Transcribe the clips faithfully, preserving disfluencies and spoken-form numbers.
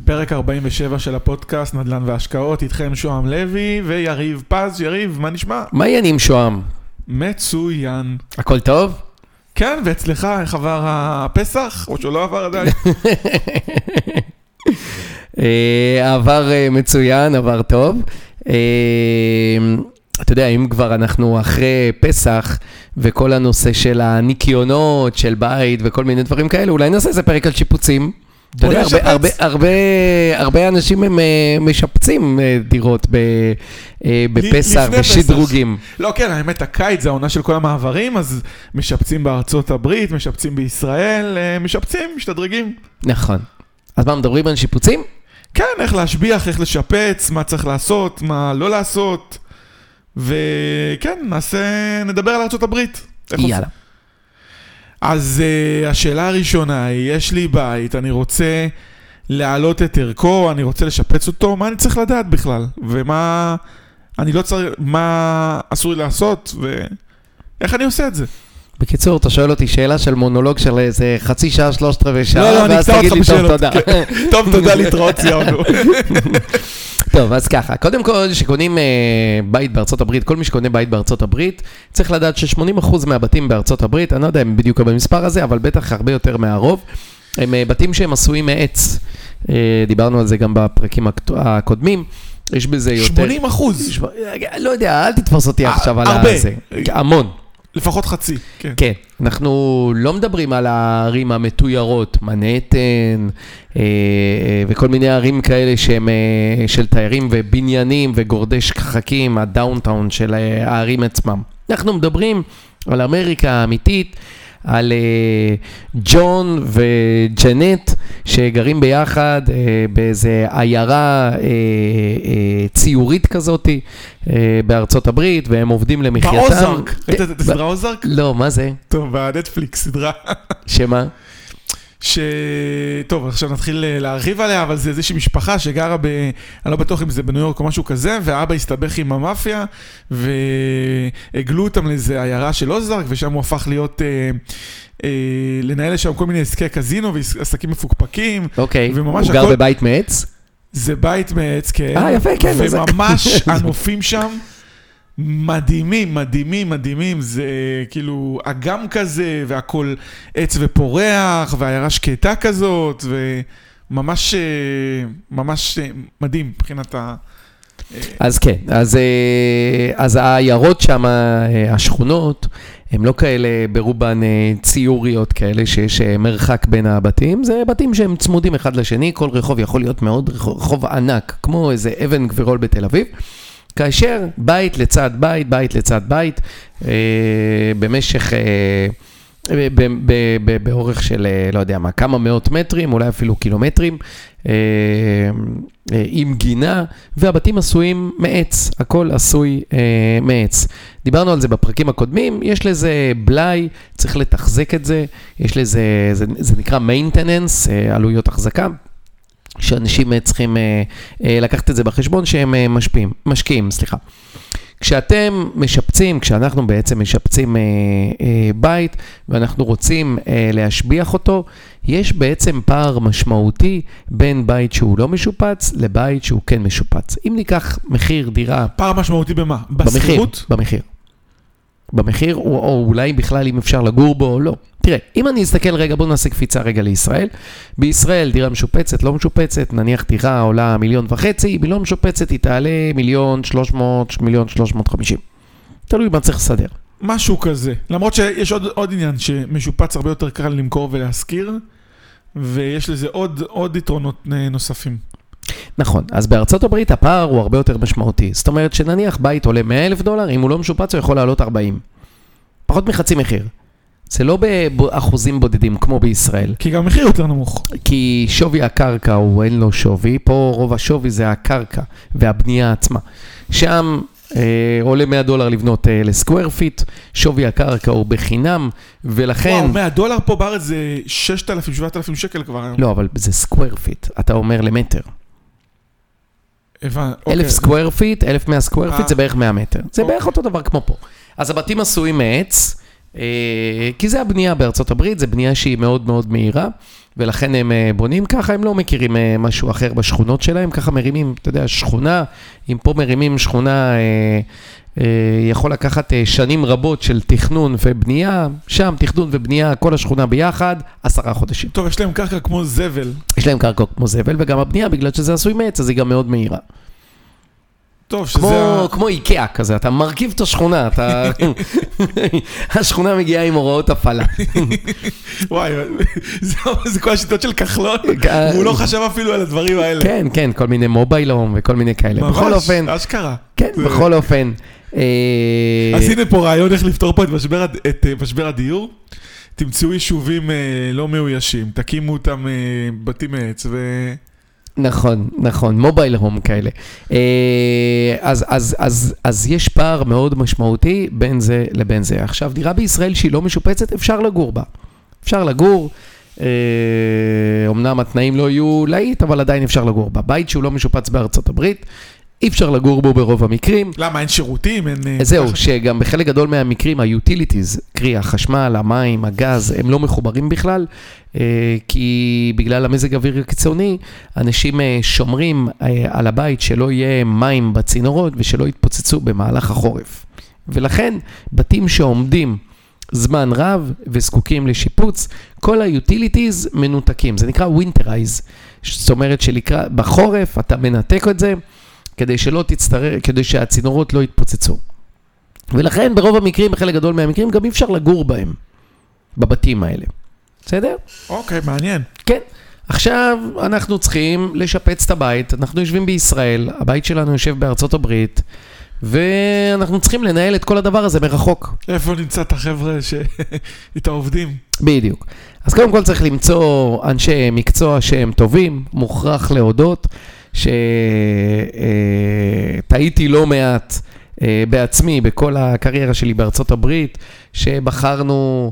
פרק ארבעים ושבע של הפודקאסט נדל"ן והשקעות, איתכם שועם לוי ויריב פז. יריב, מה נשמע? מה העניינים שועם? מצוין. הכל טוב? כן, ואצלך איך עבר הפסח, או שלא עבר עדיין? עבר מצוין, עבר טוב. אתה יודע, אם כבר אנחנו אחרי פסח, וכל הנושא של הניקיונות, של בית וכל מיני דברים כאלה, אולי נעשה איזה פרק על שיפוצים. אתה יודע, הרבה, הרבה, הרבה, הרבה אנשים הם משפצים דירות בפסח, בשדרוגים. לא, כן, האמת, הקיץ זה העונה של כל המעברים, אז משפצים בארצות הברית, משפצים בישראל, משפצים, משתדרגים. נכון. אז מה, מדברים על שיפוצים? כן, איך להשביח, איך לשפץ, מה צריך לעשות, מה לא לעשות. וכן, נעשה, נדבר על ארצות הברית. יאללה. אז uh, השאלה הראשונה היא, יש לי בית, אני רוצה להעלות את ערכו, אני רוצה לשפץ אותו, מה אני צריך לדעת בכלל? ומה אני לא צריך, מה אסור לי לעשות, ואיך אני עושה את זה? בקיצור, אתה שואל אותי שאלה של מונולוג של איזה חצי שעה, שלושת רבעי שעה, לא, לא, אני אקטע אותך בשאלות. תודה. טוב, תודה להתראות, סיימנו. טוב, אז ככה, קודם כל, שקונים בית בארצות הברית, כל מי שקונה בית בארצות הברית, צריך לדעת ש-שמונים אחוז מהבתים בארצות הברית, אני לא יודע אם בדיוק במספר הזה, אבל בטח הרבה יותר מהרוב, הם בתים שהם עשויים מעץ. דיברנו על זה גם בפרקים הקודמים. יש בזה יותר... שמונים אחוז? לא יודע, אל תתפוס אותי עכשיו על זה. המון. לפחות חצי, כן. כן, אנחנו לא מדברים על הערים המתוירות, מנהטן, וכל מיני ערים כאלה שהם של תיירים ובניינים וגורדי שחקים, הדאונטאון של הערים עצמם. אנחנו מדברים על אמריקה האמיתית, על ג'ון וג'נט שגרים ביחד באיזה עיירה ציורית כזאת בארצות הברית, והם עובדים למחייתם. באוזרק. אתה סדרה אוזרק? לא, מה זה? טוב, בנטפליקס סדרה. שמה? ש... טוב, עכשיו נתחיל להרחיב עליה, אבל זה איזושהי משפחה שגרה ב... אני לא בטוח אם זה בניו יורק או משהו כזה, והאבא הסתבך עם המאפיה, והגלו אותם לאיזה עיירה של אוזרק, ושם הוא הפך להיות... אה, אה, לנהל שם כל מיני עסקי קזינו ועסקים מפוקפקים. אוקיי, הוא גר הכל... בבית מעץ? זה בית מעץ, כן. אה, יפה, כן. וממש הנופים שם... מדהימים, מדהימים, מדהימים, זה כאילו אגם כזה, והכל עץ ופורח, והעיירה שקטה כזאת, וממש, ממש מדהים מבחינת ה... אז כן, אז, אז העיירות שם, השכונות, הם לא כאלה ברובן ציוריות כאלה שיש מרחק בין הבתים, זה בתים שהם צמודים אחד לשני, כל רחוב יכול להיות מאוד רחוב ענק, כמו איזה אבן גבירול בתל אביב, כאשר בית לצד בית, בית לצד בית, אה, במשך, אה, ב, ב, ב, באורך של, לא יודע מה, כמה מאות מטרים, אולי אפילו קילומטרים, אה, אה, עם גינה, והבתים עשויים מעץ, הכל עשוי אה, מעץ. דיברנו על זה בפרקים הקודמים, יש לזה בלי, צריך לתחזק את זה, יש לזה, זה, זה נקרא maintenance, אה, עלויות החזקה. שאנשים צריכים אה, אה, לקחת את זה בחשבון שהם אה, משפיעים, משקיעים, סליחה. כשאתם משפצים, כשאנחנו בעצם משפצים אה, אה, בית, ואנחנו רוצים אה, להשביח אותו, יש בעצם פער משמעותי בין בית שהוא לא משופץ, לבית שהוא כן משופץ. אם ניקח מחיר דירה... פער משמעותי במה? בסחירות? במחיר. במחיר, או, או אולי בכלל אם אפשר לגור בו או לא. תראה, אם אני אסתכל רגע, בואו נעשה קפיצה רגע לישראל. בישראל דירה משופצת, לא משופצת, נניח דירה עולה מיליון וחצי, מיליון משופצת היא תעלה מיליון שלוש מאות, מיליון שלוש מאות וחמישים. תלוי מה צריך לסדר. משהו כזה. למרות שיש עוד, עוד עניין שמשופץ הרבה יותר קל למכור ולהשכיר, ויש לזה עוד, עוד יתרונות נוספים. נכון, אז בארצות הברית הפער הוא הרבה יותר משמעותי. זאת אומרת שנניח בית עולה מאה אלף דולר, אם הוא לא משופץ הוא יכול לעלות ארבעים. פחות מחצי מחיר. זה לא באחוזים בודדים כמו בישראל. כי גם מחיר יותר נמוך. כי שווי הקרקע הוא אין לו שווי, פה רוב השווי זה הקרקע והבנייה עצמה. שם אה, עולה מאה דולר לבנות אה, לסקוואר פיט, שווי הקרקע הוא בחינם, ולכן... וואו, מאה דולר פה בארץ זה ששת אלפים, שבעת אלפים שקל כבר. לא, אבל זה סקוואר פיט, אתה אומר למטר. אלף סקוואר פיט, אלף מאה סקוואר פיט זה בערך מאה מטר. זה בערך אותו דבר כמו פה. אז הבתים עשויים מעץ, כי זה הבנייה בארצות הברית, זה בנייה שהיא מאוד מאוד מהירה, ולכן הם בונים ככה, הם לא מכירים משהו אחר בשכונות שלהם, ככה מרימים, אתה יודע, שכונה, אם פה מרימים שכונה, יכול לקחת שנים רבות של תכנון ובנייה, שם תכנון ובנייה, כל השכונה ביחד, עשרה חודשים. טוב, יש להם קרקע כמו זבל. יש להם קרקע כמו זבל, וגם הבנייה, בגלל שזה עשוי מעץ, אז היא גם מאוד מהירה. טוב, שזה... כמו, כמו איקאה כזה, אתה מרכיב את השכונה, אתה... השכונה מגיעה עם הוראות הפעלה. וואי, זה כל השיטות של כחלון, הוא לא חשב אפילו על הדברים האלה. כן, כן, כל מיני מוביילום וכל מיני כאלה. בכל אופן... ממש, אשכרה. כן, בכל אופן. אז הנה פה רעיון איך לפתור פה את משבר הדיור. תמצאו יישובים לא מאוישים, תקימו אותם בתים מעץ ו... נכון, נכון, מובייל הום כאלה. אז, אז, אז, אז יש פער מאוד משמעותי בין זה לבין זה. עכשיו, דירה בישראל שהיא לא משופצת, אפשר לגור בה. אפשר לגור, אמנם התנאים לא יהיו להיט, אבל עדיין אפשר לגור בה. בית שהוא לא משופץ בארצות הברית, אי אפשר לגור בו ברוב המקרים. למה? אין שירותים? אין... זהו, שגם בחלק גדול מהמקרים, ה-utilities, קרי, החשמל, המים, הגז, הם לא מחוברים בכלל, כי בגלל המזג האוויר הקיצוני, אנשים שומרים על הבית שלא יהיה מים בצינורות, ושלא יתפוצצו במהלך החורף. ולכן, בתים שעומדים זמן רב וזקוקים לשיפוץ, כל ה-utilities מנותקים. זה נקרא winterize, זאת אומרת שבחורף אתה מנתק את זה, כדי שלא תצטרר, כדי שהצינורות לא יתפוצצו. ולכן ברוב המקרים, בחלק גדול מהמקרים, גם אי אפשר לגור בהם, בבתים האלה. בסדר? אוקיי, מעניין. כן. עכשיו אנחנו צריכים לשפץ את הבית, אנחנו יושבים בישראל, הבית שלנו יושב בארצות הברית, ואנחנו צריכים לנהל את כל הדבר הזה מרחוק. איפה נמצא את החבר'ה ש... את העובדים? בדיוק. אז קודם כל צריך למצוא אנשי מקצוע שהם טובים, מוכרח להודות, שטעיתי לא מעט בעצמי, בכל הקריירה שלי בארצות הברית, שבחרנו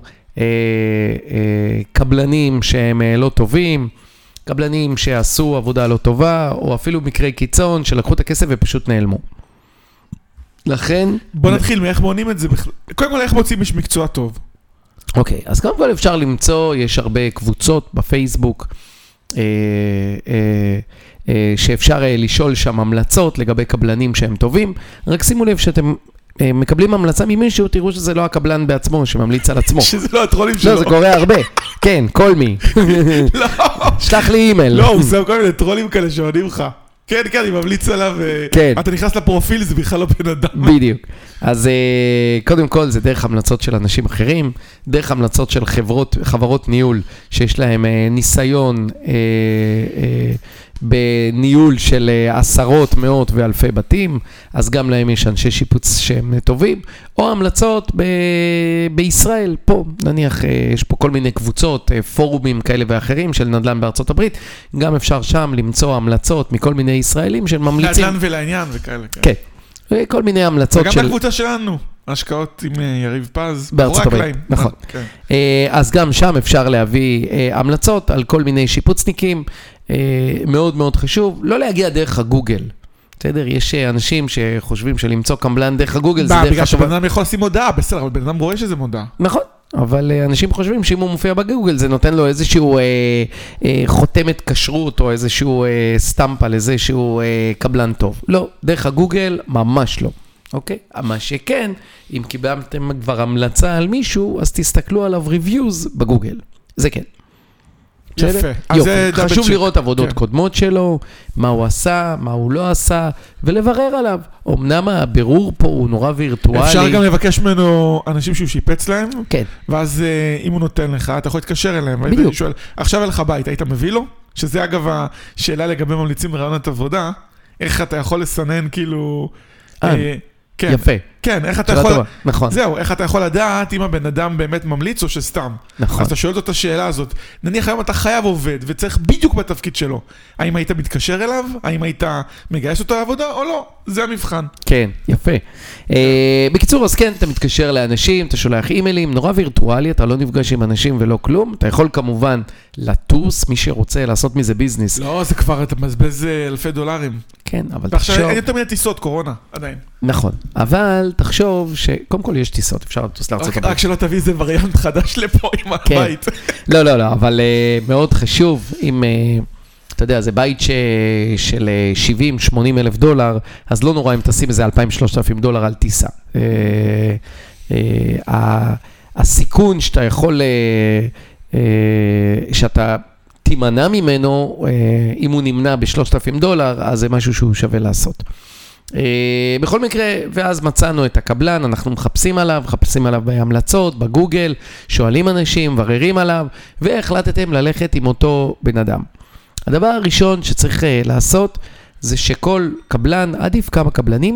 קבלנים שהם לא טובים, קבלנים שעשו עבודה לא טובה, או אפילו מקרי קיצון שלקחו את הכסף ופשוט נעלמו. לכן... בוא נתחיל מאיך מונים את זה בכלל. קודם כל, איך מוצאים איש מקצוע טוב? אוקיי, אז קודם כל אפשר למצוא, יש הרבה קבוצות בפייסבוק, אה, אה, אה, שאפשר לשאול שם המלצות לגבי קבלנים שהם טובים. רק שימו לב שאתם אה, מקבלים המלצה ממישהו, תראו שזה לא הקבלן בעצמו שממליץ על עצמו. שזה לא הטרולים שלו. לא, זה קורה הרבה. כן, כל מי. לא. שלח לי אימייל. לא, הוא שם כל מיני טרולים כאלה שעונים לך. כן, כן, אני ממליץ עליו. כן. אתה נכנס לפרופיל, זה בכלל לא בן אדם. בדיוק. אז קודם כל זה דרך המלצות של אנשים אחרים, דרך המלצות של חברות, חברות ניהול שיש להם ניסיון בניהול של עשרות, מאות ואלפי בתים, אז גם להם יש אנשי שיפוץ שהם טובים, או המלצות ב- בישראל, פה נניח יש פה כל מיני קבוצות, פורומים כאלה ואחרים של נדל"ן בארצות הברית, גם אפשר שם למצוא המלצות מכל מיני ישראלים של ממליצים. נדל"ן ולעניין וכאלה. כן. כל מיני המלצות של... וגם בקבוצה שלנו, השקעות עם יריב פז. בארצות הברית, נכון. אז גם שם אפשר להביא המלצות על כל מיני שיפוצניקים, מאוד מאוד חשוב, לא להגיע דרך הגוגל. בסדר, יש אנשים שחושבים שלמצוא קבלן דרך הגוגל זה דרך... בגלל שבן אדם יכול לשים מודעה, בסדר, אבל בן אדם רואה שזה מודעה. נכון. אבל אנשים חושבים שאם הוא מופיע בגוגל, זה נותן לו איזשהו אה, אה, חותמת כשרות, או איזשהו אה, סטמפ על איזשהו אה, קבלן טוב. לא, דרך הגוגל ממש לא. אוקיי? מה שכן, אם קיבלתם כבר המלצה על מישהו, אז תסתכלו עליו ריוויוז בגוגל. זה כן. יפה. יופי. חשוב לראות עבודות כן. קודמות שלו, מה הוא עשה, מה הוא לא עשה, ולברר עליו. אמנם הבירור פה הוא נורא וירטואלי. אפשר גם לבקש ממנו אנשים שהוא שיפץ להם, כן. ואז אם הוא נותן לך, אתה יכול להתקשר אליהם. בדיוק. שואל, עכשיו אין לך בית, היית מביא לו? שזה אגב השאלה לגבי ממליצים ברעיונות עבודה, איך אתה יכול לסנן כאילו... אה, כן. יפה. כן, איך אתה יכול... נכון. זהו, איך אתה יכול לדעת אם הבן אדם באמת ממליץ או שסתם. נכון. אז אתה שואל אותו את השאלה הזאת. נניח היום אתה חייב עובד וצריך בדיוק בתפקיד שלו. האם היית מתקשר אליו? האם היית מגייס אותו לעבודה או לא? זה המבחן. כן, יפה. בקיצור, אז כן, אתה מתקשר לאנשים, אתה שולח אימיילים, נורא וירטואלי, אתה לא נפגש עם אנשים ולא כלום. אתה יכול כמובן לטוס, מי שרוצה לעשות מזה ביזנס. לא, זה כבר, אתה מזבז אלפי דולרים. כן, אבל תחשוב... עכשיו, אין יותר מיני טיסות, קורונה, עדיין. נכון, אבל אבל תחשוב שקודם כל יש טיסות, אפשר לטוס לארצות הברית. רק שלא תביא איזה וריאנט חדש לפה עם הבית. לא, לא, לא, אבל מאוד חשוב, אם, אתה יודע, זה בית של שבעים שמונים אלף דולר, אז לא נורא אם תשים איזה אלפיים שלושת אלפים דולר על טיסה. הסיכון שאתה יכול, שאתה תימנע ממנו, אם הוא נמנע ב-שלושת אלפים דולר, אז זה משהו שהוא שווה לעשות. בכל מקרה, ואז מצאנו את הקבלן, אנחנו מחפשים עליו, מחפשים עליו בהמלצות, בגוגל, שואלים אנשים, מבררים עליו, והחלטתם ללכת עם אותו בן אדם. הדבר הראשון שצריך לעשות, זה שכל קבלן, עדיף כמה קבלנים,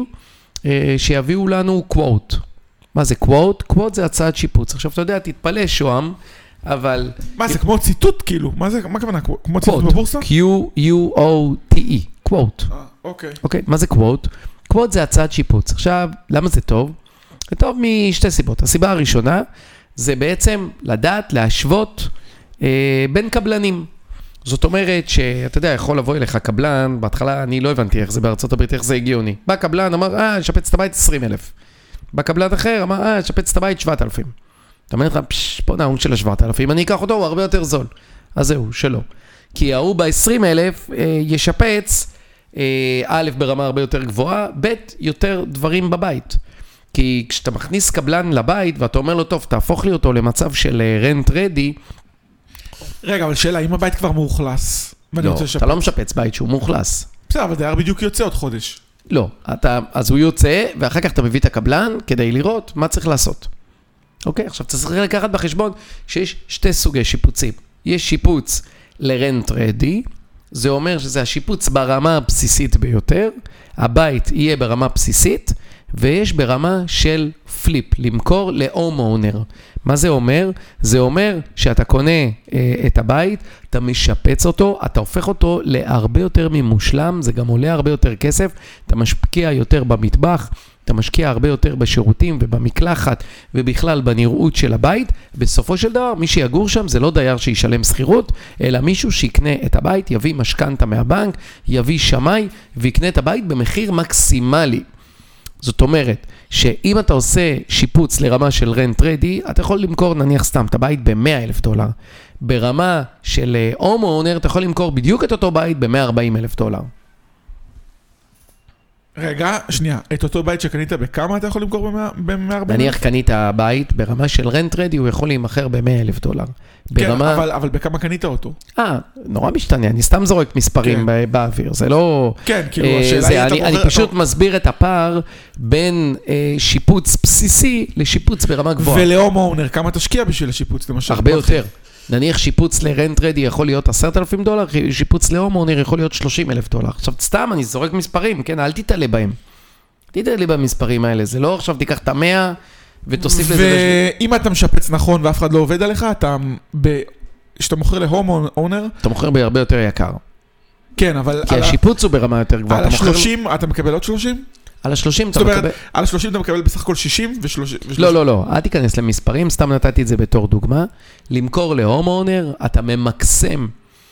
שיביאו לנו קוואט. מה זה קוואט? קוואט זה הצעת שיפוץ. עכשיו, אתה יודע, תתפלא שוהם, אבל... מה זה, כמו ציטוט כאילו? מה זה, מה הכוונה? כמו ציטוט בבורסה? Q-U-O-T-E, קוואט. אוקיי. אוקיי, מה זה קוואט? קוואט זה הצעת שיפוץ. עכשיו, למה זה טוב? זה טוב משתי סיבות. הסיבה הראשונה, זה בעצם לדעת, להשוות אה, בין קבלנים. זאת אומרת שאתה יודע, יכול לבוא אליך קבלן, בהתחלה אני לא הבנתי איך זה בארצות הברית, איך זה הגיוני. בא קבלן, אמר, אה, שפץ את הבית עשרים אלף. בא קבלן אחר, אמר, אה, שפץ את הבית שבעת אלפים. אתה אומר לך, פש, פה נעון של השבעת אלפים, אני אקח אותו, הוא הרבה יותר זול. אז זהו, שלא. כי ההוא ב-עשרים אלף אה, ישפץ, אה, א', ברמה הרבה יותר גבוהה, ב', יותר דברים בבית. כי כשאתה מכניס קבלן לבית, ואתה אומר לו, טוב, תהפוך לי אותו למצב של רנט רדי, רגע, אבל שאלה, אם הבית כבר מאוכלס, לא, אתה לא משפץ בית שהוא מאוכלס. בסדר, אבל דייר בדיוק יוצא עוד חודש. לא, אתה, אז הוא יוצא, ואחר כך אתה מביא את הקבלן כדי לראות מה צריך לעשות. אוקיי, עכשיו אתה צריך לקחת בחשבון שיש שתי סוגי שיפוצים. יש שיפוץ לרנט רדי, זה אומר שזה השיפוץ ברמה הבסיסית ביותר, הבית יהיה ברמה בסיסית, ויש ברמה של פליפ, למכור להום אונר. מה זה אומר? זה אומר שאתה קונה אה, את הבית, אתה משפץ אותו, אתה הופך אותו להרבה יותר ממושלם, זה גם עולה הרבה יותר כסף, אתה משקיע יותר במטבח, אתה משקיע הרבה יותר בשירותים ובמקלחת, ובכלל בנראות של הבית. בסופו של דבר, מי שיגור שם זה לא דייר שישלם שכירות, אלא מישהו שיקנה את הבית, יביא משכנתה מהבנק, יביא שמאי, ויקנה את הבית במחיר מקסימלי. זאת אומרת, שאם אתה עושה שיפוץ לרמה של רנט רדי, אתה יכול למכור נניח סתם את הבית ב-מאה אלף דולר. ברמה של הום אונר, אתה יכול למכור בדיוק את אותו בית ב-מאה וארבעים אלף דולר. רגע, שנייה, את אותו בית שקנית בכמה אתה יכול למכור ב-מאה וארבעים? נניח קנית בית ברמה של רנט רדי, הוא יכול להימכר ב-מאה אלף דולר. ברמה... כן, אבל, אבל בכמה קנית אותו? אה, נורא משתנה, אני סתם זורק מספרים כן. באוויר, זה לא... כן, כאילו, אה, השאלה היא... אני, אני פשוט אתה... מסביר את הפער בין אה, שיפוץ בסיסי לשיפוץ ברמה גבוהה. ולהום אונר, כמה תשקיע בשביל השיפוץ, למשל? הרבה יותר. נניח שיפוץ לרנט רדי יכול להיות עשרת אלפים דולר, שיפוץ להום אונר יכול להיות שלושים אלף דולר. עכשיו, סתם, אני זורק מספרים, כן, אל תתעלה בהם. תתעלה במספרים האלה, זה לא עכשיו תיקח את המאה ותוסיף לזה... ואם אתה משפץ נכון ואף אחד לא עובד עליך, אתה... כשאתה מוכר להום אונר... אתה מוכר בהרבה יותר יקר. כן, אבל... כי השיפוץ הוא ברמה יותר גבוהה. על ה-שלושים אתה מקבל עוד שלושים? על ה-שלושים אתה מקבל... על ה-שלושים אתה מקבל בסך הכל שישים ו-שלושים... לא, לא, לא, אל תיכנס למספרים, סתם נתתי את זה בתור דוגמה. למכור להום אונר, אתה ממקסם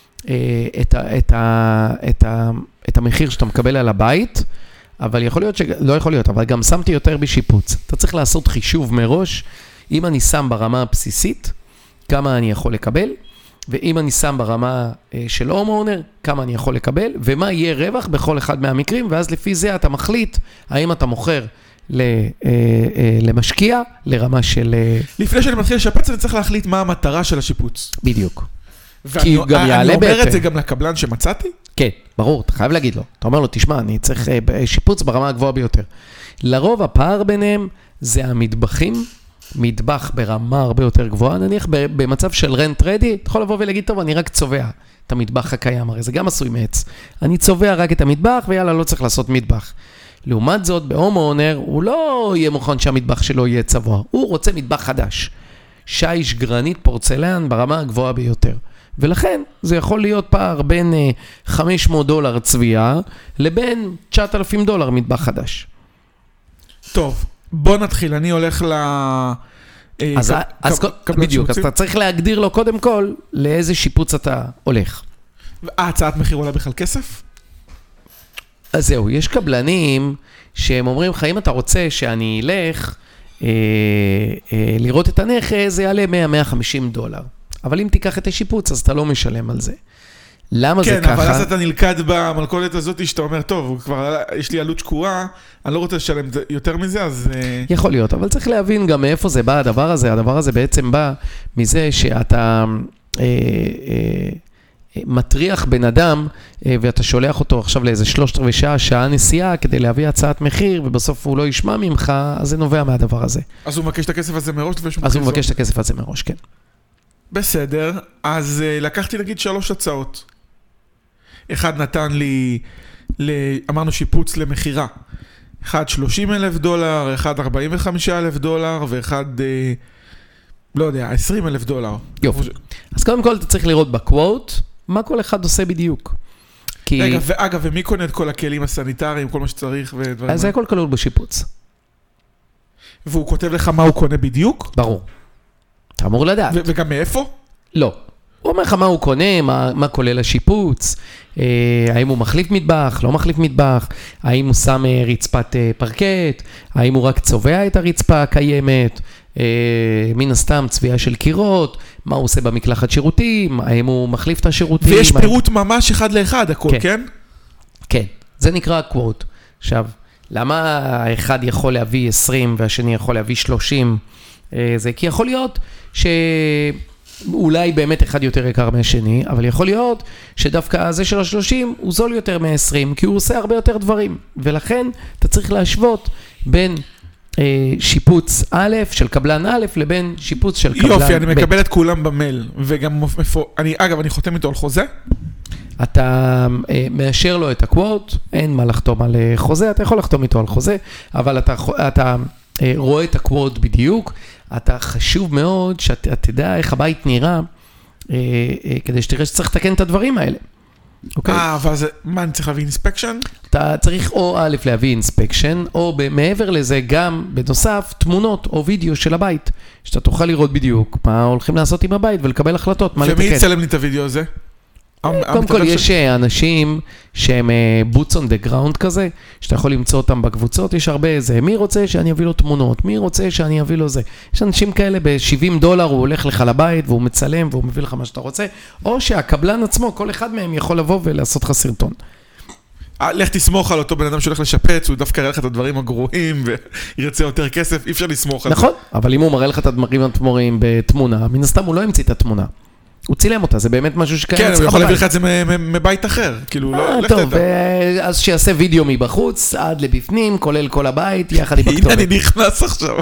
את המחיר שאתה מקבל על הבית, אבל יכול להיות ש... לא יכול להיות, אבל גם שמתי יותר בשיפוץ. אתה צריך לעשות חישוב מראש, אם אני שם ברמה הבסיסית, כמה אני יכול לקבל, ואם אני שם ברמה של הום אונר, כמה אני יכול לקבל, ומה יהיה רווח בכל אחד מהמקרים, ואז לפי זה אתה מחליט, האם אתה מוכר למשקיע, לרמה של... לפני שאני מתחיל לשפץ, אני צריך להחליט מה המטרה של השיפוץ. בדיוק. כי הוא גם יעלה בהתאם. אני אומר את זה גם לקבלן שמצאתי? כן, ברור, אתה חייב להגיד לו. אתה אומר לו, תשמע, אני צריך שיפוץ ברמה הגבוהה ביותר. לרוב הפער ביניהם זה המטבחים, מטבח ברמה הרבה יותר גבוהה, נניח במצב של רנט רדי, אתה יכול לבוא ולהגיד, טוב, אני רק צובע את המטבח הקיים, הרי זה גם עשוי מעץ. אני צובע רק את המטבח, ויאללה, לא צריך לעשות מטבח. לעומת זאת, בהום אונר, הוא לא יהיה מוכן שהמטבח שלו יהיה צבוע, הוא רוצה מטבח חדש. שיש, גרנית, פורצלן, ברמה הגבוהה ביותר. ולכן זה יכול להיות פער בין חמש מאות דולר צביעה לבין תשעת אלפים דולר מטבח חדש. טוב, בוא נתחיל, אני הולך ל... אז, ק... אז ק... בדיוק, אז אתה צריך להגדיר לו קודם כל לאיזה שיפוץ אתה הולך. ההצעת מחיר עולה בכלל כסף? אז זהו, יש קבלנים שהם אומרים לך, אם אתה רוצה שאני אלך אה, אה, לראות את הנכס, זה יעלה מאה עד מאה וחמישים דולר. אבל אם תיקח את השיפוץ, אז אתה לא משלם על זה. למה כן, זה ככה? כן, אבל אז אתה נלכד במלכודת הזאת, שאתה אומר, טוב, כבר יש לי עלות שקורה, אני לא רוצה לשלם יותר מזה, אז... יכול להיות, אבל צריך להבין גם מאיפה זה בא הדבר הזה. הדבר הזה בעצם בא מזה שאתה אה, אה, מטריח בן אדם, אה, ואתה שולח אותו עכשיו לאיזה שלושת רבעי שעה, שעה נסיעה, כדי להביא הצעת מחיר, ובסוף הוא לא ישמע ממך, אז זה נובע מהדבר הזה. אז הוא מבקש את הכסף הזה מראש? אז הוא מבקש את הכסף הזה מראש, כן. בסדר, אז uh, לקחתי נגיד שלוש הצעות. אחד נתן לי, ל... אמרנו שיפוץ למחירה. אחד שלושים אלף דולר, אחד ארבעים וחמישה אלף דולר, ואחד, uh, לא יודע, עשרים אלף דולר. יופי. ש... אז קודם כל אתה צריך לראות בקוואט, מה כל אחד עושה בדיוק. כי... רגע, ואגב, ומי קונה את כל הכלים הסניטריים, כל מה שצריך ודברים? אז זה הכל כלול בשיפוץ. והוא כותב לך מה הוא קונה בדיוק? ברור. אתה אמור לדעת. ו- וגם מאיפה? לא. הוא אומר לך מה הוא קונה, מה, מה כולל השיפוץ, אה, האם הוא מחליף מטבח, לא מחליף מטבח, האם הוא שם אה, רצפת אה, פרקט, האם הוא רק צובע את הרצפה הקיימת, אה, מן הסתם צביעה של קירות, מה הוא עושה במקלחת שירותים, האם הוא מחליף את השירותים. ויש פירוט ממש אחד לאחד, הכל, כן? כן, כן. זה נקרא קוואט. עכשיו, למה האחד יכול להביא עשרים והשני יכול להביא שלושים? זה כי יכול להיות שאולי באמת אחד יותר יקר מהשני, אבל יכול להיות שדווקא זה של השלושים הוא זול יותר מ-עשרים, כי הוא עושה הרבה יותר דברים. ולכן אתה צריך להשוות בין אה, שיפוץ א' של קבלן א' לבין שיפוץ של קבלן ב'. יופי, אני מקבל את כולם במייל, וגם מפור... אני, אגב, אני חותם איתו על חוזה? אתה אה, מאשר לו את הקוואט, אין מה לחתום על חוזה, אתה יכול לחתום איתו על חוזה, אבל אתה... אתה רואה את הקוואט בדיוק, אתה חשוב מאוד שאתה תדע איך הבית נראה, כדי שתראה שצריך לתקן את הדברים האלה. אה, אבל זה, מה, אני צריך להביא אינספקשן? אתה צריך או א' להביא אינספקשן, או מעבר לזה גם, בנוסף, תמונות או וידאו של הבית, שאתה תוכל לראות בדיוק מה הולכים לעשות עם הבית ולקבל החלטות, מה לתקן. ומי יצלם לי את הוידאו הזה? קודם כל יש אנשים שהם boots on the ground כזה, שאתה יכול למצוא אותם בקבוצות, יש הרבה איזה, מי רוצה שאני אביא לו תמונות, מי רוצה שאני אביא לו זה. יש אנשים כאלה ב-שבעים דולר, הוא הולך לך לבית והוא מצלם והוא מביא לך מה שאתה רוצה, או שהקבלן עצמו, כל אחד מהם יכול לבוא ולעשות לך סרטון. לך תסמוך על אותו בן אדם שהולך לשפץ, הוא דווקא יראה לך את הדברים הגרועים וירצה יותר כסף, אי אפשר לסמוך על זה. נכון, אבל אם הוא מראה לך את הדברים התמורים בתמונה, מן הסתם הוא לא המציא את התמונה. הוא צילם אותה, זה באמת משהו שקיים אצלך בבית. כן, הוא יכול להביא לך את זה מבית אחר, כאילו, לא, לך תדע. טוב, אז שיעשה וידאו מבחוץ, עד לבפנים, כולל כל הבית, יחד עם הכתובת. הנה, אני נכנס עכשיו.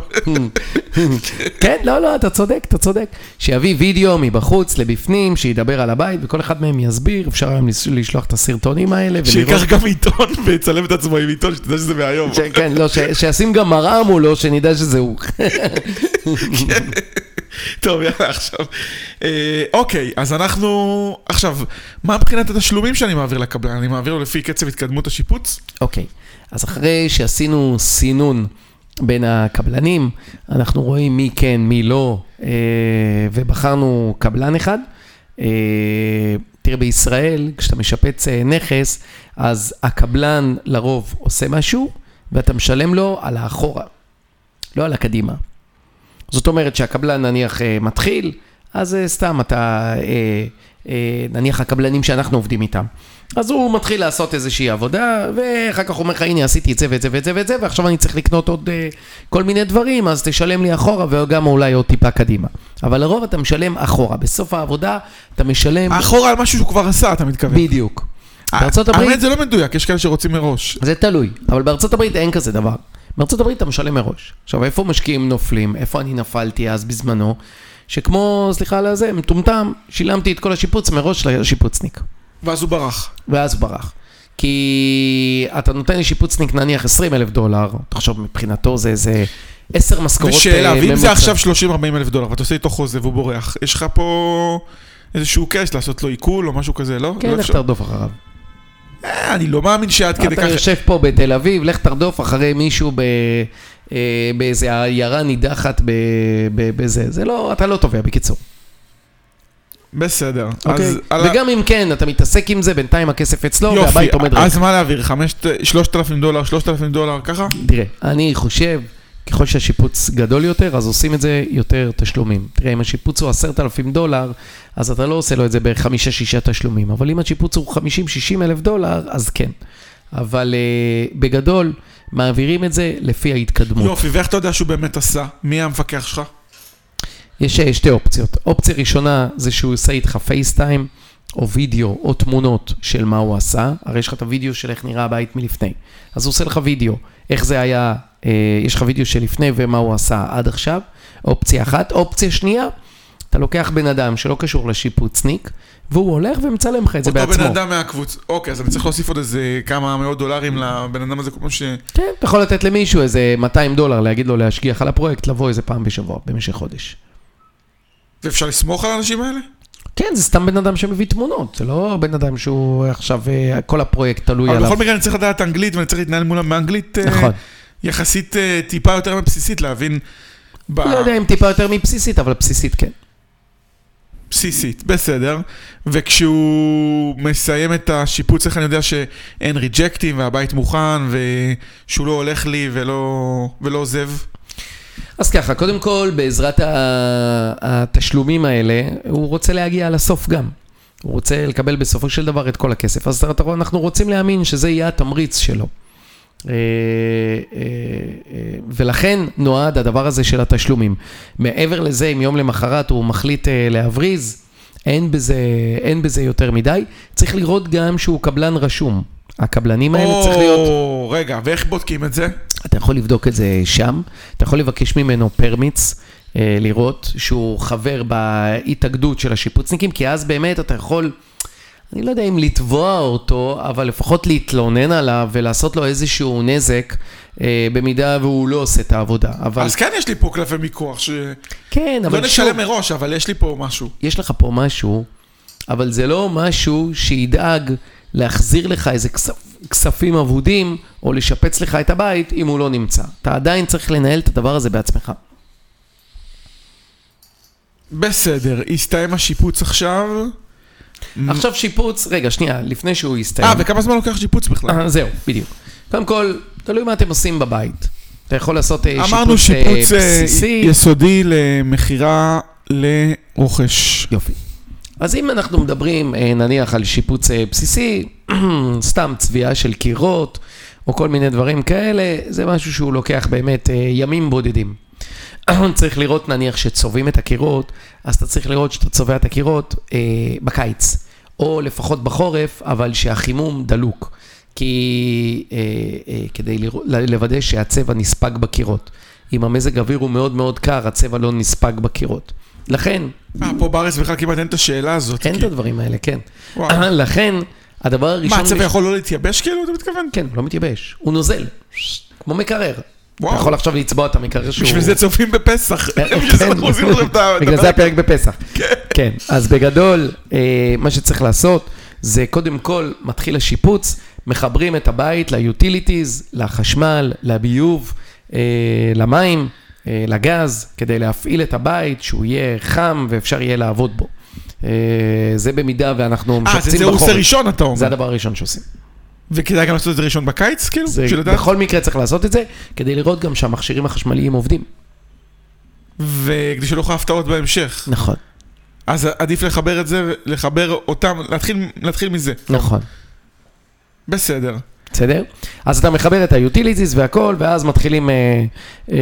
כן, לא, לא, אתה צודק, אתה צודק. שיביא וידאו מבחוץ לבפנים, שידבר על הבית, וכל אחד מהם יסביר, אפשר היום לשלוח את הסרטונים האלה. שיקח גם עיתון ויצלם את עצמו עם עיתון, שתדע שזה מהיום. כן, לא, שישים גם מראה מולו, שנדע שזה הוא. טוב, יאללה, עכשיו. אוקיי, אז אנחנו... עכשיו, מה מבחינת התשלומים שאני מעביר לקבלן? אני מעביר לו לפי קצב התקדמות השיפוץ? אוקיי, אז אחרי שעשינו סינון בין הקבלנים, אנחנו רואים מי כן, מי לא, ובחרנו קבלן אחד. תראה, בישראל, כשאתה משפץ נכס, אז הקבלן לרוב עושה משהו, ואתה משלם לו על האחורה, לא על הקדימה. זאת אומרת שהקבלן נניח מתחיל, אז סתם אתה, נניח הקבלנים שאנחנו עובדים איתם. אז הוא מתחיל לעשות איזושהי עבודה, ואחר כך הוא אומר לך, הנה עשיתי את זה ואת זה ואת זה ואת זה, ועכשיו אני צריך לקנות עוד כל מיני דברים, אז תשלם לי אחורה, וגם אולי עוד טיפה קדימה. אבל לרוב אתה משלם אחורה, בסוף העבודה אתה משלם... אחורה על משהו שהוא כבר עשה, אתה מתכוון. בדיוק. בארצות הברית... האמת זה לא מדויק, יש כאלה שרוצים מראש. זה תלוי, אבל בארצות הברית אין כזה דבר. בארצות הברית אתה משלם מראש. עכשיו, איפה משקיעים נופלים? איפה אני נפלתי אז בזמנו? שכמו, סליחה על זה, מטומטם, שילמתי את כל השיפוץ מראש לשיפוצניק. ואז הוא ברח. ואז הוא ברח. כי אתה נותן לי שיפוצניק נניח עשרים אלף דולר, תחשוב מבחינתו זה איזה עשר משכורות ממוצע. ושאלה, ואם זה עכשיו שלושים ארבעים אלף דולר, ואתה עושה איתו חוזה והוא בורח, יש לך פה איזשהו קש לעשות לו עיכול או משהו כזה, לא? כן, לך תרדוף אחריו. אני לא מאמין שעד כדי ככה... אתה יושב פה בתל אביב, לך תרדוף אחרי מישהו באיזה עיירה נידחת בזה. זה לא, אתה לא תובע, בקיצור. בסדר. אוקיי? אז, וגם אם כן, אתה מתעסק עם זה, בינתיים הכסף אצלו, יופי, והבית עומד ריק. אז מה להעביר? שלושת אלפים דולר, שלושת אלפים דולר, ככה? תראה, אני חושב, ככל שהשיפוץ גדול יותר, אז עושים את זה יותר תשלומים. תראה, אם השיפוץ הוא עשרת אלפים דולר, אז אתה לא עושה לו את זה בחמישה, שישה תשלומים. אבל אם השיפוץ הוא חמישים, שישים אלף דולר, אז כן. אבל uh, בגדול, מעבירים את זה לפי ההתקדמות. יופי, ואיך אתה יודע שהוא באמת עשה? מי המפקח שלך? יש שתי אופציות. אופציה ראשונה זה שהוא עושה איתך פייסטיים, או וידאו, או תמונות של מה הוא עשה. הרי יש לך את הוידאו של איך נראה הבית מלפני. אז הוא עושה לך וידאו, איך זה היה, אה, יש לך וידאו של לפני ומה הוא עשה עד עכשיו. אופציה אחת. אופציה שנייה, אתה לוקח בן אדם שלא קשור לשיפוצניק, והוא הולך ומצלם לך את זה בעצמו. אותו בן אדם מהקבוצ... אוקיי, אז אני צריך להוסיף עוד איזה כמה מאות דולרים לבן אדם הזה, כמו ש... כן, אתה יכול לתת למישהו איזה מאתיים דולר, להגיד לו להשגיח על הפרויקט, לבוא איזה פעם בשבוע, במשך חודש. ואפשר לסמוך על האנשים האלה? כן, זה סתם בן אדם שמביא תמונות, זה לא בן אדם שהוא עכשיו, כל הפרויקט תלוי עליו. אבל בכל מקרה אני צריך לדעת אנגלית, ואני צריך להתנהל מולם באנגלית יחסית טיפה יותר מבסיסית, להבין... לא יודע אם טיפה יותר מבסיסית, אבל בסיסית כן. בסיסית, בסדר. וכשהוא מסיים את השיפוץ, איך אני יודע שאין ריג'קטים, והבית מוכן, ושהוא לא הולך לי ולא, ולא עוזב? אז ככה, קודם כל, בעזרת התשלומים האלה, הוא רוצה להגיע לסוף גם. הוא רוצה לקבל בסופו של דבר את כל הכסף. אז אנחנו רוצים להאמין שזה יהיה התמריץ שלו. ולכן נועד הדבר הזה של התשלומים. מעבר לזה, אם יום למחרת הוא מחליט להבריז, אין בזה, אין בזה יותר מדי. צריך לראות גם שהוא קבלן רשום. הקבלנים האלה צריך להיות... רגע, ואיך בודקים את זה? אתה יכול לבדוק את זה שם, אתה יכול לבקש ממנו פרמיץ, לראות שהוא חבר בהתאגדות של השיפוצניקים, כי אז באמת אתה יכול, אני לא יודע אם לתבוע אותו, אבל לפחות להתלונן עליו ולעשות לו איזשהו נזק, במידה והוא לא עושה את העבודה. אבל... אז כן יש לי פה קלפי מיקוח, ש... כן, אבל לא נשלם שוב... מראש, אבל יש לי פה משהו. יש לך פה משהו, אבל זה לא משהו שידאג להחזיר לך איזה כסף. כספים עבודים, או לשפץ לך את הבית, אם הוא לא נמצא. אתה עדיין צריך לנהל את הדבר הזה בעצמך. בסדר, הסתיים השיפוץ עכשיו? עכשיו שיפוץ, רגע, שנייה, לפני שהוא הסתיים. אה, וכמה זמן לוקח שיפוץ בכלל? זהו, בדיוק. קודם כל, תלוי מה אתם עושים בבית. אתה יכול לעשות שיפוץ בסיסי. אמרנו שיפוץ יסודי למחירה לרוכש. יופי. אז אם אנחנו מדברים, נניח על שיפוץ בסיסי, סתם צביעה של קירות, או כל מיני דברים כאלה, זה משהו שהוא לוקח באמת ימים בודדים. צריך לראות נניח שצובעים את הקירות, אז אתה צריך לראות שאתה צובע את הקירות אה, בקיץ, או לפחות בחורף, אבל שהחימום דלוק, כי אה, אה, כדי לראות, לוודא שהצבע נספג בקירות. אם המזג אוויר הוא מאוד מאוד קר, הצבע לא נספג בקירות. לכן... אה, פה בארץ בכלל כמעט אין את השאלה הזאת. אין את הדברים האלה, כן. לכן, הדבר הראשון... מה, הצבע יכול לא להתייבש כאילו, אתה מתכוון? כן, לא מתייבש. הוא נוזל, כמו מקרר. אתה יכול עכשיו לצבוע את המקרר שהוא... בשביל זה צופים בפסח. בגלל זה הפרק בפסח. כן, אז בגדול, מה שצריך לעשות, זה קודם כל מתחיל השיפוץ, מחברים את הבית ליוטיליטיז, לחשמל, לביוב, למים, לגז, כדי להפעיל את הבית, שהוא יהיה חם ואפשר יהיה לעבוד בו. זה במידה ואנחנו משפצים בחורף. אה, זה עושה ראשון, אתה אומר. זה הדבר הראשון שעושים. וכדאי גם לעשות את זה ראשון בקיץ, כאילו? בכל מקרה צריך לעשות את זה, כדי לראות גם שהמכשירים החשמליים עובדים. וכדי שלא יהיו הפתעות בהמשך. נכון. אז עדיף לחבר את זה, לחבר אותם, להתחיל, להתחיל מזה. נכון. בסדר. בסדר? אז אתה מחבר את היוטיליטיז והכל, ואז מתחילים אה, אה, אה,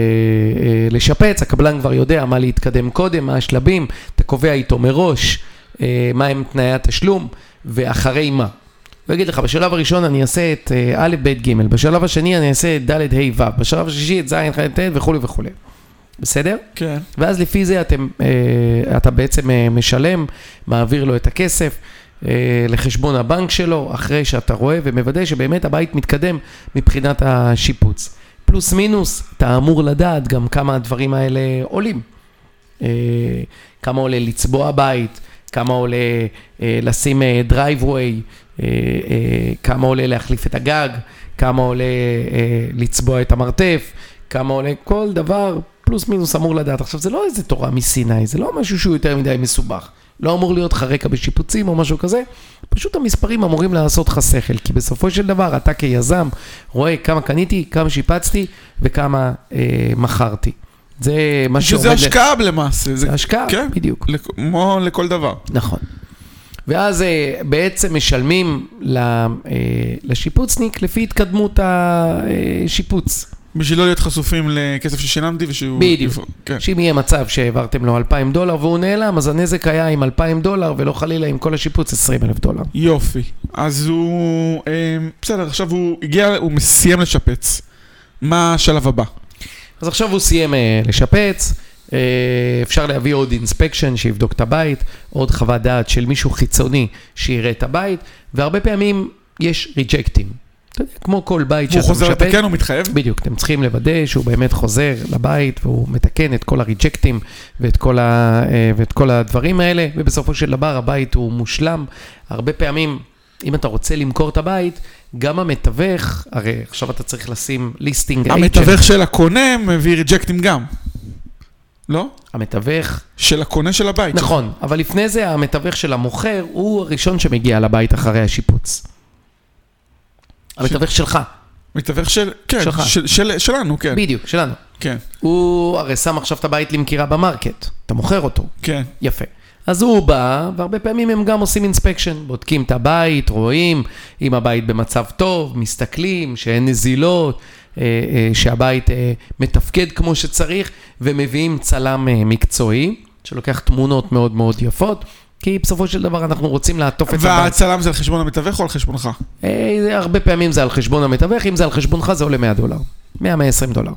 לשפץ, הקבלן כבר יודע מה להתקדם קודם, מה השלבים, אתה קובע איתו מראש, אה, מה הם תנאי התשלום, ואחרי מה. ואגיד לך, בשלב הראשון אני אעשה את א', ב', ג', בשלב השני אני אעשה את ד', ה', ו', בשלב השלישי את ז', ח', ט' וכו' וכו'. בסדר? כן. ואז לפי זה אתם, אתה בעצם משלם, מעביר לו את הכסף לחשבון הבנק שלו, אחרי שאתה רואה ומוודא שבאמת הבית מתקדם מבחינת השיפוץ. פלוס מינוס, אתה אמור לדעת גם כמה הדברים האלה עולים. כמה עולה לצבוע בית, כמה עולה לשים דרייבווי, כמה עולה להחליף את הגג, כמה עולה לצבוע את המרתף, כמה עולה כל דבר, פלוס מינוס אמור לדעת. עכשיו, זה לא איזה תורה מסיני, זה לא משהו שהוא יותר מדי מסובך. לא אמור להיות לך רקע בשיפוצים או משהו כזה, פשוט המספרים אמורים לעשות לך שכל, כי בסופו של דבר אתה כיזם רואה כמה קניתי, כמה שיפצתי וכמה אה, מכרתי. זה מה שעומד... שזה השקעה למעשה. זה השקעה, כן? בדיוק. כמו לכל דבר. נכון. ואז בעצם משלמים לשיפוצניק לפי התקדמות השיפוץ. בשביל לא להיות חשופים לכסף ששילמתי ושהוא... בדיוק. כן. שאם יהיה מצב שהעברתם לו אלפיים דולר והוא נעלם, אז הנזק היה עם אלפיים דולר ולא חלילה עם כל השיפוץ עשרים אלף דולר. יופי. אז הוא... בסדר, עכשיו הוא הגיע, הוא מסיים לשפץ. מה השלב הבא? אז עכשיו הוא סיים לשפץ. אפשר להביא עוד אינספקשן שיבדוק את הבית, עוד חוות דעת של מישהו חיצוני שיראה את הבית, והרבה פעמים יש ריג'קטים. כמו כל בית שאתה משפט. הוא חוזר לתקן, הוא מתחייב? בדיוק, אתם צריכים לוודא שהוא באמת חוזר לבית, והוא מתקן את כל הריג'קטים ואת כל, ה, ואת כל הדברים האלה, ובסופו של דבר הבית הוא מושלם. הרבה פעמים, אם אתה רוצה למכור את הבית, גם המתווך, הרי עכשיו אתה צריך לשים ליסטינג. המתווך של הקונה מביא ריג'קטים גם. לא? המתווך... של הקונה של הבית. נכון, אבל לפני זה המתווך של המוכר הוא הראשון שמגיע לבית אחרי השיפוץ. המתווך שלך. מתווך של... כן, שלנו, כן. בדיוק, שלנו. כן. הוא הרי שם עכשיו את הבית למכירה במרקט. אתה מוכר אותו. כן. יפה. אז הוא בא, והרבה פעמים הם גם עושים אינספקשן, בודקים את הבית, רואים אם הבית במצב טוב, מסתכלים, שאין נזילות, שהבית מתפקד כמו שצריך, ומביאים צלם מקצועי, שלוקח תמונות מאוד מאוד יפות, כי בסופו של דבר אנחנו רוצים לעטוף את הבית. והצלם זה על חשבון המתווך או על חשבונך? הרבה פעמים זה על חשבון המתווך, אם זה על חשבונך זה עולה מאה דולר. מאה עד מאה ועשרים דולר.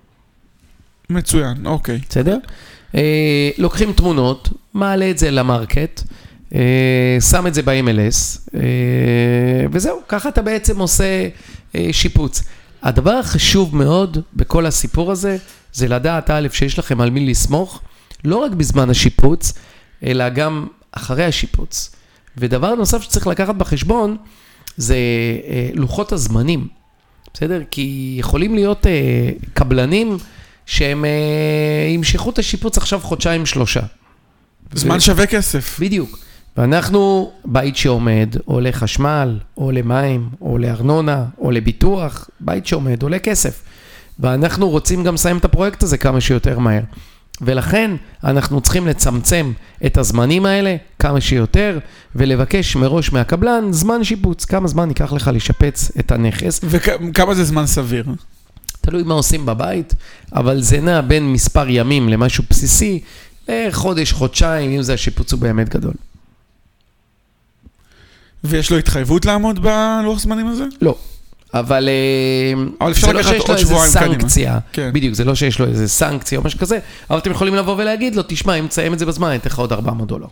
מצוין, אוקיי. בסדר? לוקחים תמונות, מעלה את זה למרקט, שם את זה ב-אם אל אס, וזהו, ככה אתה בעצם עושה שיפוץ. הדבר החשוב מאוד בכל הסיפור הזה, זה לדעת א' שיש לכם על מי לסמוך, לא רק בזמן השיפוץ, אלא גם אחרי השיפוץ. ודבר נוסף שצריך לקחת בחשבון, זה לוחות הזמנים. בסדר? כי יכולים להיות קבלנים שהם ימשכו את השיפוץ עכשיו חודשיים שלושה. זמן שווה כסף. בדיוק. ואנחנו, בית שעומד, או לחשמל, או למים, או לארנונה, או לביטוח, בית שעומד, עולה כסף. ואנחנו רוצים גם לסיים את הפרויקט הזה כמה שיותר מהר. ולכן אנחנו צריכים לצמצם את הזמנים האלה כמה שיותר, ולבקש מראש מהקבלן זמן שיפוץ. כמה זמן ייקח לך לשפץ את הנכס. וכמה זה זמן סביר? תלוי מה עושים בבית, אבל זה נע בין מספר ימים למשהו בסיסי, חודש, חודשיים, אם זה השיפוץ הוא באמת גדול. ויש לו התחייבות לעמוד בלוח זמנים הזה? לא, אבל, אבל זה לא שיש לו איזה סנקציה, כן. בדיוק, זה לא שיש לו איזה סנקציה או משהו כזה, אבל אתם יכולים לבוא ולהגיד לו, תשמע, אם תסיים את זה בזמן, אני אתן לך עוד ארבע מאות דולר.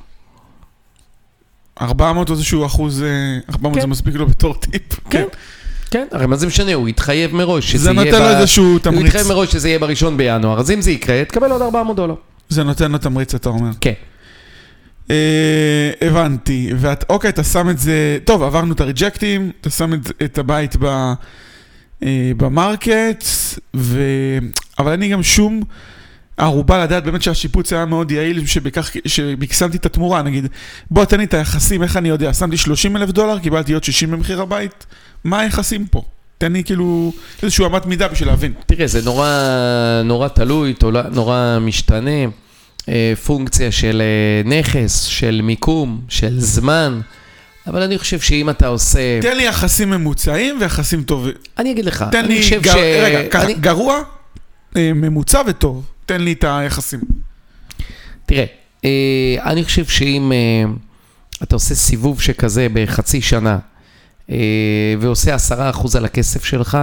ארבע מאות איזשהו אחוז, ארבע מאות כן. זה מספיק לו בתור טיפ. כן. כן. כן, הרי מה זה משנה, הוא יתחייב מראש שזה זה יהיה... נותן לו איזשהו תמריץ. הוא יתחייב מראש שזה יהיה בראשון בינואר, אז אם זה יקרה, תקבל עוד ארבע מאות דולר. זה נותן לו תמריץ, אתה אומר. כן. אה, הבנתי, ואת, אוקיי, אתה שם את זה, טוב, עברנו את הריג'קטים, אתה שם את, את הבית ב, אה, במרקט, ו... אבל אני גם שום ערובה לדעת באמת שהשיפוץ היה מאוד יעיל, שבכך, שבקסמתי את התמורה, נגיד, בוא תן לי את היחסים, איך אני יודע, שמתי שלושים אלף דולר, קיבלתי עוד שישים במחיר הבית, מה היחסים פה? תן לי כאילו איזשהו אמת מידה בשביל להבין. תראה, זה נורא, נורא תלוי, נורא משתנה, פונקציה של נכס, של מיקום, של זמן, אבל אני חושב שאם אתה עושה... תן לי יחסים ממוצעים ויחסים טובים. אני אגיד לך, תן אני לי חושב גר... ש... רגע, ככה, אני... גרוע, ממוצע וטוב, תן לי את היחסים. תראה, אני חושב שאם אתה עושה סיבוב שכזה בחצי שנה, ועושה עשרה אחוז על הכסף שלך,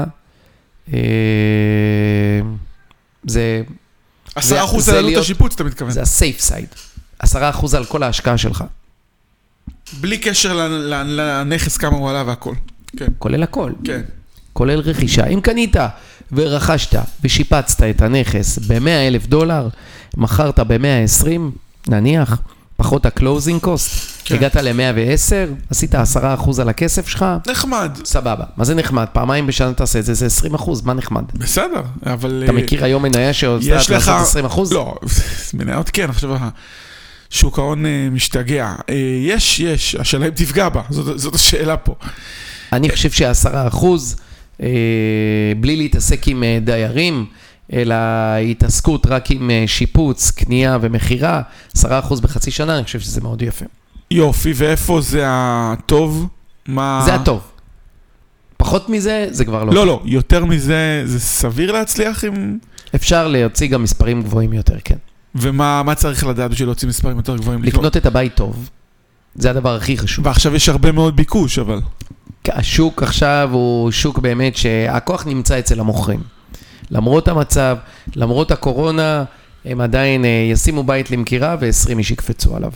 זה... עשרה אחוז על עלות השיפוץ, אתה מתכוון. זה ה-safe side. עשרה אחוז על כל ההשקעה שלך. בלי קשר לנכס כמה הוא עלה והכל. כולל הכל. כן. כולל רכישה. אם קנית ורכשת ושיפצת את הנכס ב-מאה אלף דולר, מכרת ב-מאה ועשרים, נניח, פחות ה-closing cost, כן. הגעת ל-מאה ועשר, עשית עשרה אחוז על הכסף שלך. נחמד. סבבה. מה זה נחמד? פעמיים בשנה תעשה את זה, זה עשרים אחוז, מה נחמד? בסדר, אבל... אתה מכיר היום מניה שעושה לעשות עשרים אחוז? לא, מניות כן, עכשיו... שוק ההון משתגע. יש, יש, השאלה אם תפגע בה, זאת, זאת השאלה פה. אני חושב שעשרה אחוז, בלי להתעסק עם דיירים, אלא התעסקות רק עם שיפוץ, קנייה ומחירה, עשרה אחוז בחצי שנה, אני חושב שזה מאוד יפה. יופי, ואיפה זה הטוב? מה... זה הטוב. פחות מזה, זה כבר לא. לא, לא, יותר מזה, זה סביר להצליח עם... אפשר להוציא גם מספרים גבוהים יותר, כן. ומה מה צריך לדעת בשביל להוציא מספרים יותר גבוהים? לקנות את הבית טוב. זה הדבר הכי חשוב. ועכשיו יש הרבה מאוד ביקוש, אבל... השוק עכשיו הוא שוק באמת שהכוח נמצא אצל המוכרים. למרות המצב, למרות הקורונה, הם עדיין ישימו בית למכירה ו-עשרים איש יקפצו עליו.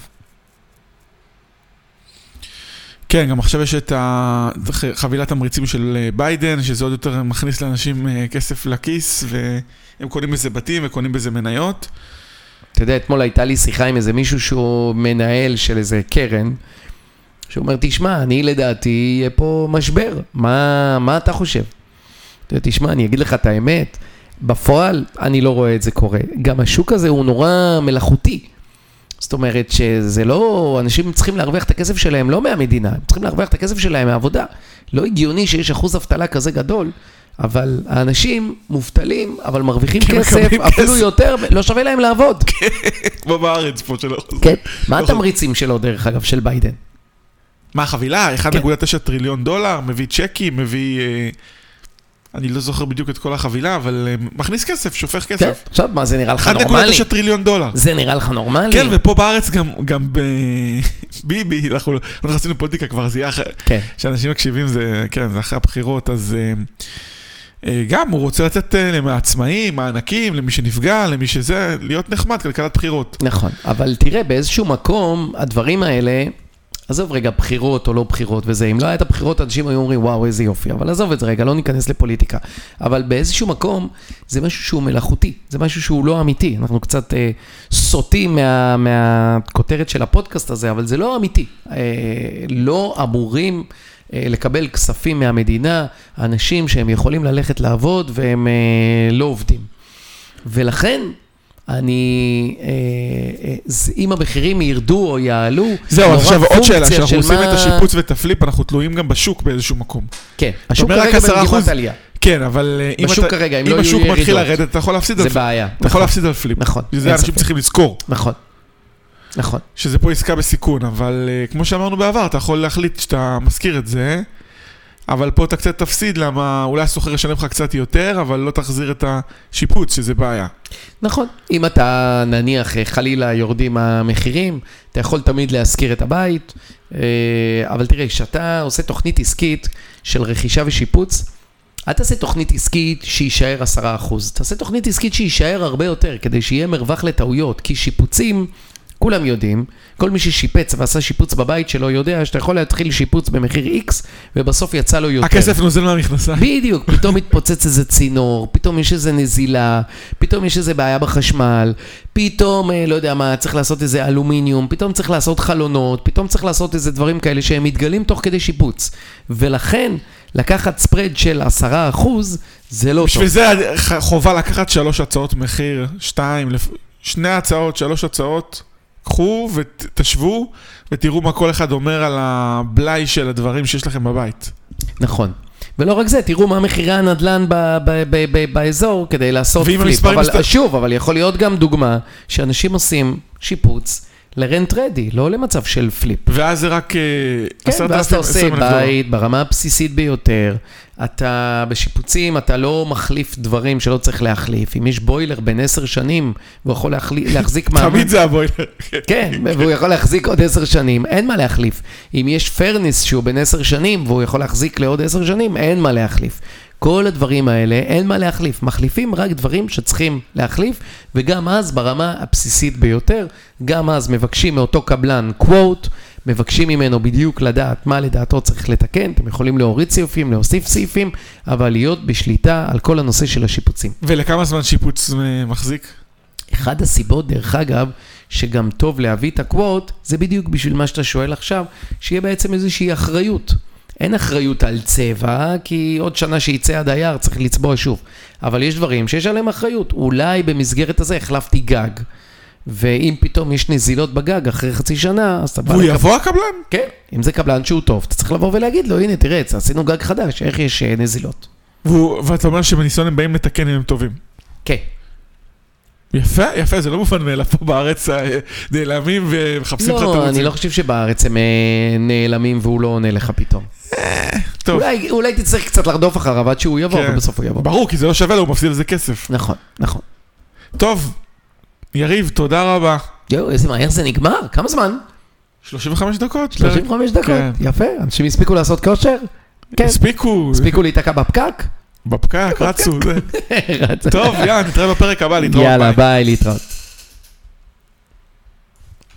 כן, גם עכשיו יש את חבילת המריצים של ביידן, שזה עוד יותר מכניס לאנשים כסף לכיס, והם קונים בזה בתים וקונים בזה מניות. אתה יודע, אתמול הייתה לי שיחה עם איזה מישהו שהוא מנהל של איזה קרן, שהוא אומר, תשמע, אני לדעתי יהיה פה משבר, מה, מה אתה חושב? אתה יודע, תשמע, אני אגיד לך את האמת, בפועל אני לא רואה את זה קורה. גם השוק הזה הוא נורא מלאכותי. זאת אומרת שזה לא, אנשים צריכים להרוויח את הכסף שלהם לא מהמדינה, הם צריכים להרוויח את הכסף שלהם מהעבודה. לא הגיוני שיש אחוז אבטלה כזה גדול, אבל האנשים מובטלים, אבל מרוויחים כסף, אפילו יותר, לא שווה להם לעבוד. כמו בארץ פה שלא. כן, מה התמריצים שלו דרך אגב של ביידן? מה החבילה? אחד נקודה תשע טריליון דולר, מביא צ'קים, מביא... אני לא זוכר בדיוק את כל החבילה, אבל מכניס כסף, שופך כסף. כן, עכשיו מה, זה נראה לך נורמלי? אחד נקודה תשע טריליון דולר. זה נראה לך נורמלי? כן, ופה בארץ גם, גם בביבי, אנחנו לא נכנסים לפוליטיקה כבר, זה יהיה אחרי, שאנשים מקשיבים, זה, כן, זה אחרי הבחירות, אז גם הוא רוצה לתת לעצמאים, מענקים, למי שנפגע, למי שזה, להיות נחמד, כלכלת בחירות. נכון, אבל תראה, באיזשהו מקום, הדברים האלה, עזוב רגע, בחירות או לא בחירות וזה, אם לא היה את הבחירות, אנשים היו אומרים, וואו, איזה יופי, אבל עזוב את זה רגע, לא ניכנס לפוליטיקה. אבל באיזשהו מקום, זה משהו שהוא מלאכותי, זה משהו שהוא לא אמיתי. אנחנו קצת אה, סוטים מה, מהכותרת של הפודקאסט הזה, אבל זה לא אמיתי. אה, לא אמורים אה, לקבל כספים מהמדינה, אנשים שהם יכולים ללכת לעבוד והם אה, לא עובדים. ולכן, אני, אם המחירים ירדו או יעלו, זהו, עכשיו עוד שאלה, שאנחנו עושים את השיפוץ ואת הפליפ, אנחנו תלויים גם בשוק באיזשהו מקום. כן, השוק כרגע במגימת עלייה. כן, אבל אם השוק מתחיל לרדת, אתה יכול להפסיד על פליפ. זה בעיה. אתה יכול להפסיד על פליפ. נכון. זה אנשים צריכים לזכור. נכון. נכון. שזה פה עסקה בסיכון, אבל כמו שאמרנו בעבר, אתה יכול להחליט שאתה מזכיר את זה, אבל פה אתה קצת תפסיד, למה אולי הסוחר ישלם לך קצת יותר, אבל לא תחזיר את השיפוץ, שזה בעיה. נכון. אם אתה נניח חלילה יורדים המחירים, אתה יכול תמיד להזכיר את הבית, אבל תראה, כשאתה עושה תוכנית עסקית של רכישה ושיפוץ, אל תעשה תוכנית עסקית שישאר עשרה אחוז, תעשה תוכנית עסקית שישאר הרבה יותר, כדי שיהיה מרווח לטעויות, כי שיפוצים, כולם יודעים, כל מי ששיפץ ועשה שיפוץ בבית שלו יודע שאתה יכול להתחיל שיפוץ במחיר X ובסוף יצא לו יותר. הכסף נוזל מהמכנסיים. בדיוק, פתאום מתפוצץ איזה צינור, פתאום יש איזה נזילה, פתאום יש איזה בעיה בחשמל, פתאום, לא יודע מה, צריך לעשות איזה אלומיניום, פתאום צריך לעשות חלונות, פתאום צריך לעשות איזה דברים כאלה שהם מתגלים תוך כדי שיפוץ. ולכן, לקחת ספרד של עשרה אחוז, זה לא טוב. בשביל זה חובה לקחת שלוש הצעות מחיר, שתיים, שני הצעות, שלוש הצעות, קחו ותשבו ותראו מה כל אחד אומר על הבלי של הדברים שיש לכם בבית. נכון. ולא רק זה, תראו מה מחירי הנדלן ב- ב- ב- ב- באזור כדי לעשות פליפ. אבל מסת... שוב, אבל יכול להיות גם דוגמה שאנשים עושים שיפוץ לרנט רדי, לא למצב של פליפ. ואז זה רק... כן, ואז אתה עושה בית ברמה הבסיסית ביותר, אתה בשיפוצים, אתה לא מחליף דברים שלא צריך להחליף. אם יש בוילר בין עשר שנים, והוא יכול להחזיק מעמד... תמיד זה הבוילר. כן, והוא יכול להחזיק עוד עשר שנים, אין מה להחליף. אם יש פרניס שהוא בין עשר שנים, והוא יכול להחזיק לעוד עשר שנים, אין מה להחליף. כל הדברים האלה, אין מה להחליף. מחליפים רק דברים שצריכים להחליף, וגם אז ברמה הבסיסית ביותר, גם אז מבקשים מאותו קבלן קווט, מבקשים ממנו בדיוק לדעת מה לדעתו צריך לתקן, אתם יכולים להוריד סעיפים, להוסיף סעיפים, אבל להיות בשליטה על כל הנושא של השיפוצים. ולכמה זמן שיפוץ מחזיק? אחד הסיבות, דרך אגב, שגם טוב להביא את הקווט, זה בדיוק בשביל מה שאתה שואל עכשיו, שיהיה בעצם איזושהי אחריות. אין אחריות על צבע, כי עוד שנה שיצא הדייר צריך לצבוע שוב. אבל יש דברים שיש עליהם אחריות. אולי במסגרת הזה החלפתי גג. ואם פתאום יש נזילות בגג אחרי חצי שנה, אז אתה בא... והוא יבוא הקבלן? כן, אם זה קבלן שהוא טוב, אתה צריך לבוא ולהגיד לו, הנה, תראה, עשינו גג חדש, איך יש נזילות? ואתה אומר שבניסיון הם באים לתקן אם הם טובים. כן. יפה, יפה, זה לא מובן מאליו פה בארץ נעלמים ומחפשים לך תירוצים. לא, אני לא חושב שבארץ הם נעלמים והוא לא עונה לך פתאום. טוב. אולי, אולי תצטרך קצת לרדוף אחריו עד שהוא יבוא, ובסוף הוא יבוא. ברור, כי זה לא שווה לו, הוא מפסיד לזה כסף. נכון, נכון. טוב, יריב, תודה רבה. יואו, איזה מהר זה נגמר? כמה זמן? שלושים וחמש דקות. שלושים וחמש דקות, יפה. אנשים הספיקו לעשות כושר? כן. הספיקו. הספיקו להיתקע בפקק? בפקק, רצו. טוב, יאללה, נתראה בפרק הבא, להתראות. יאללה, ביי, להתראות.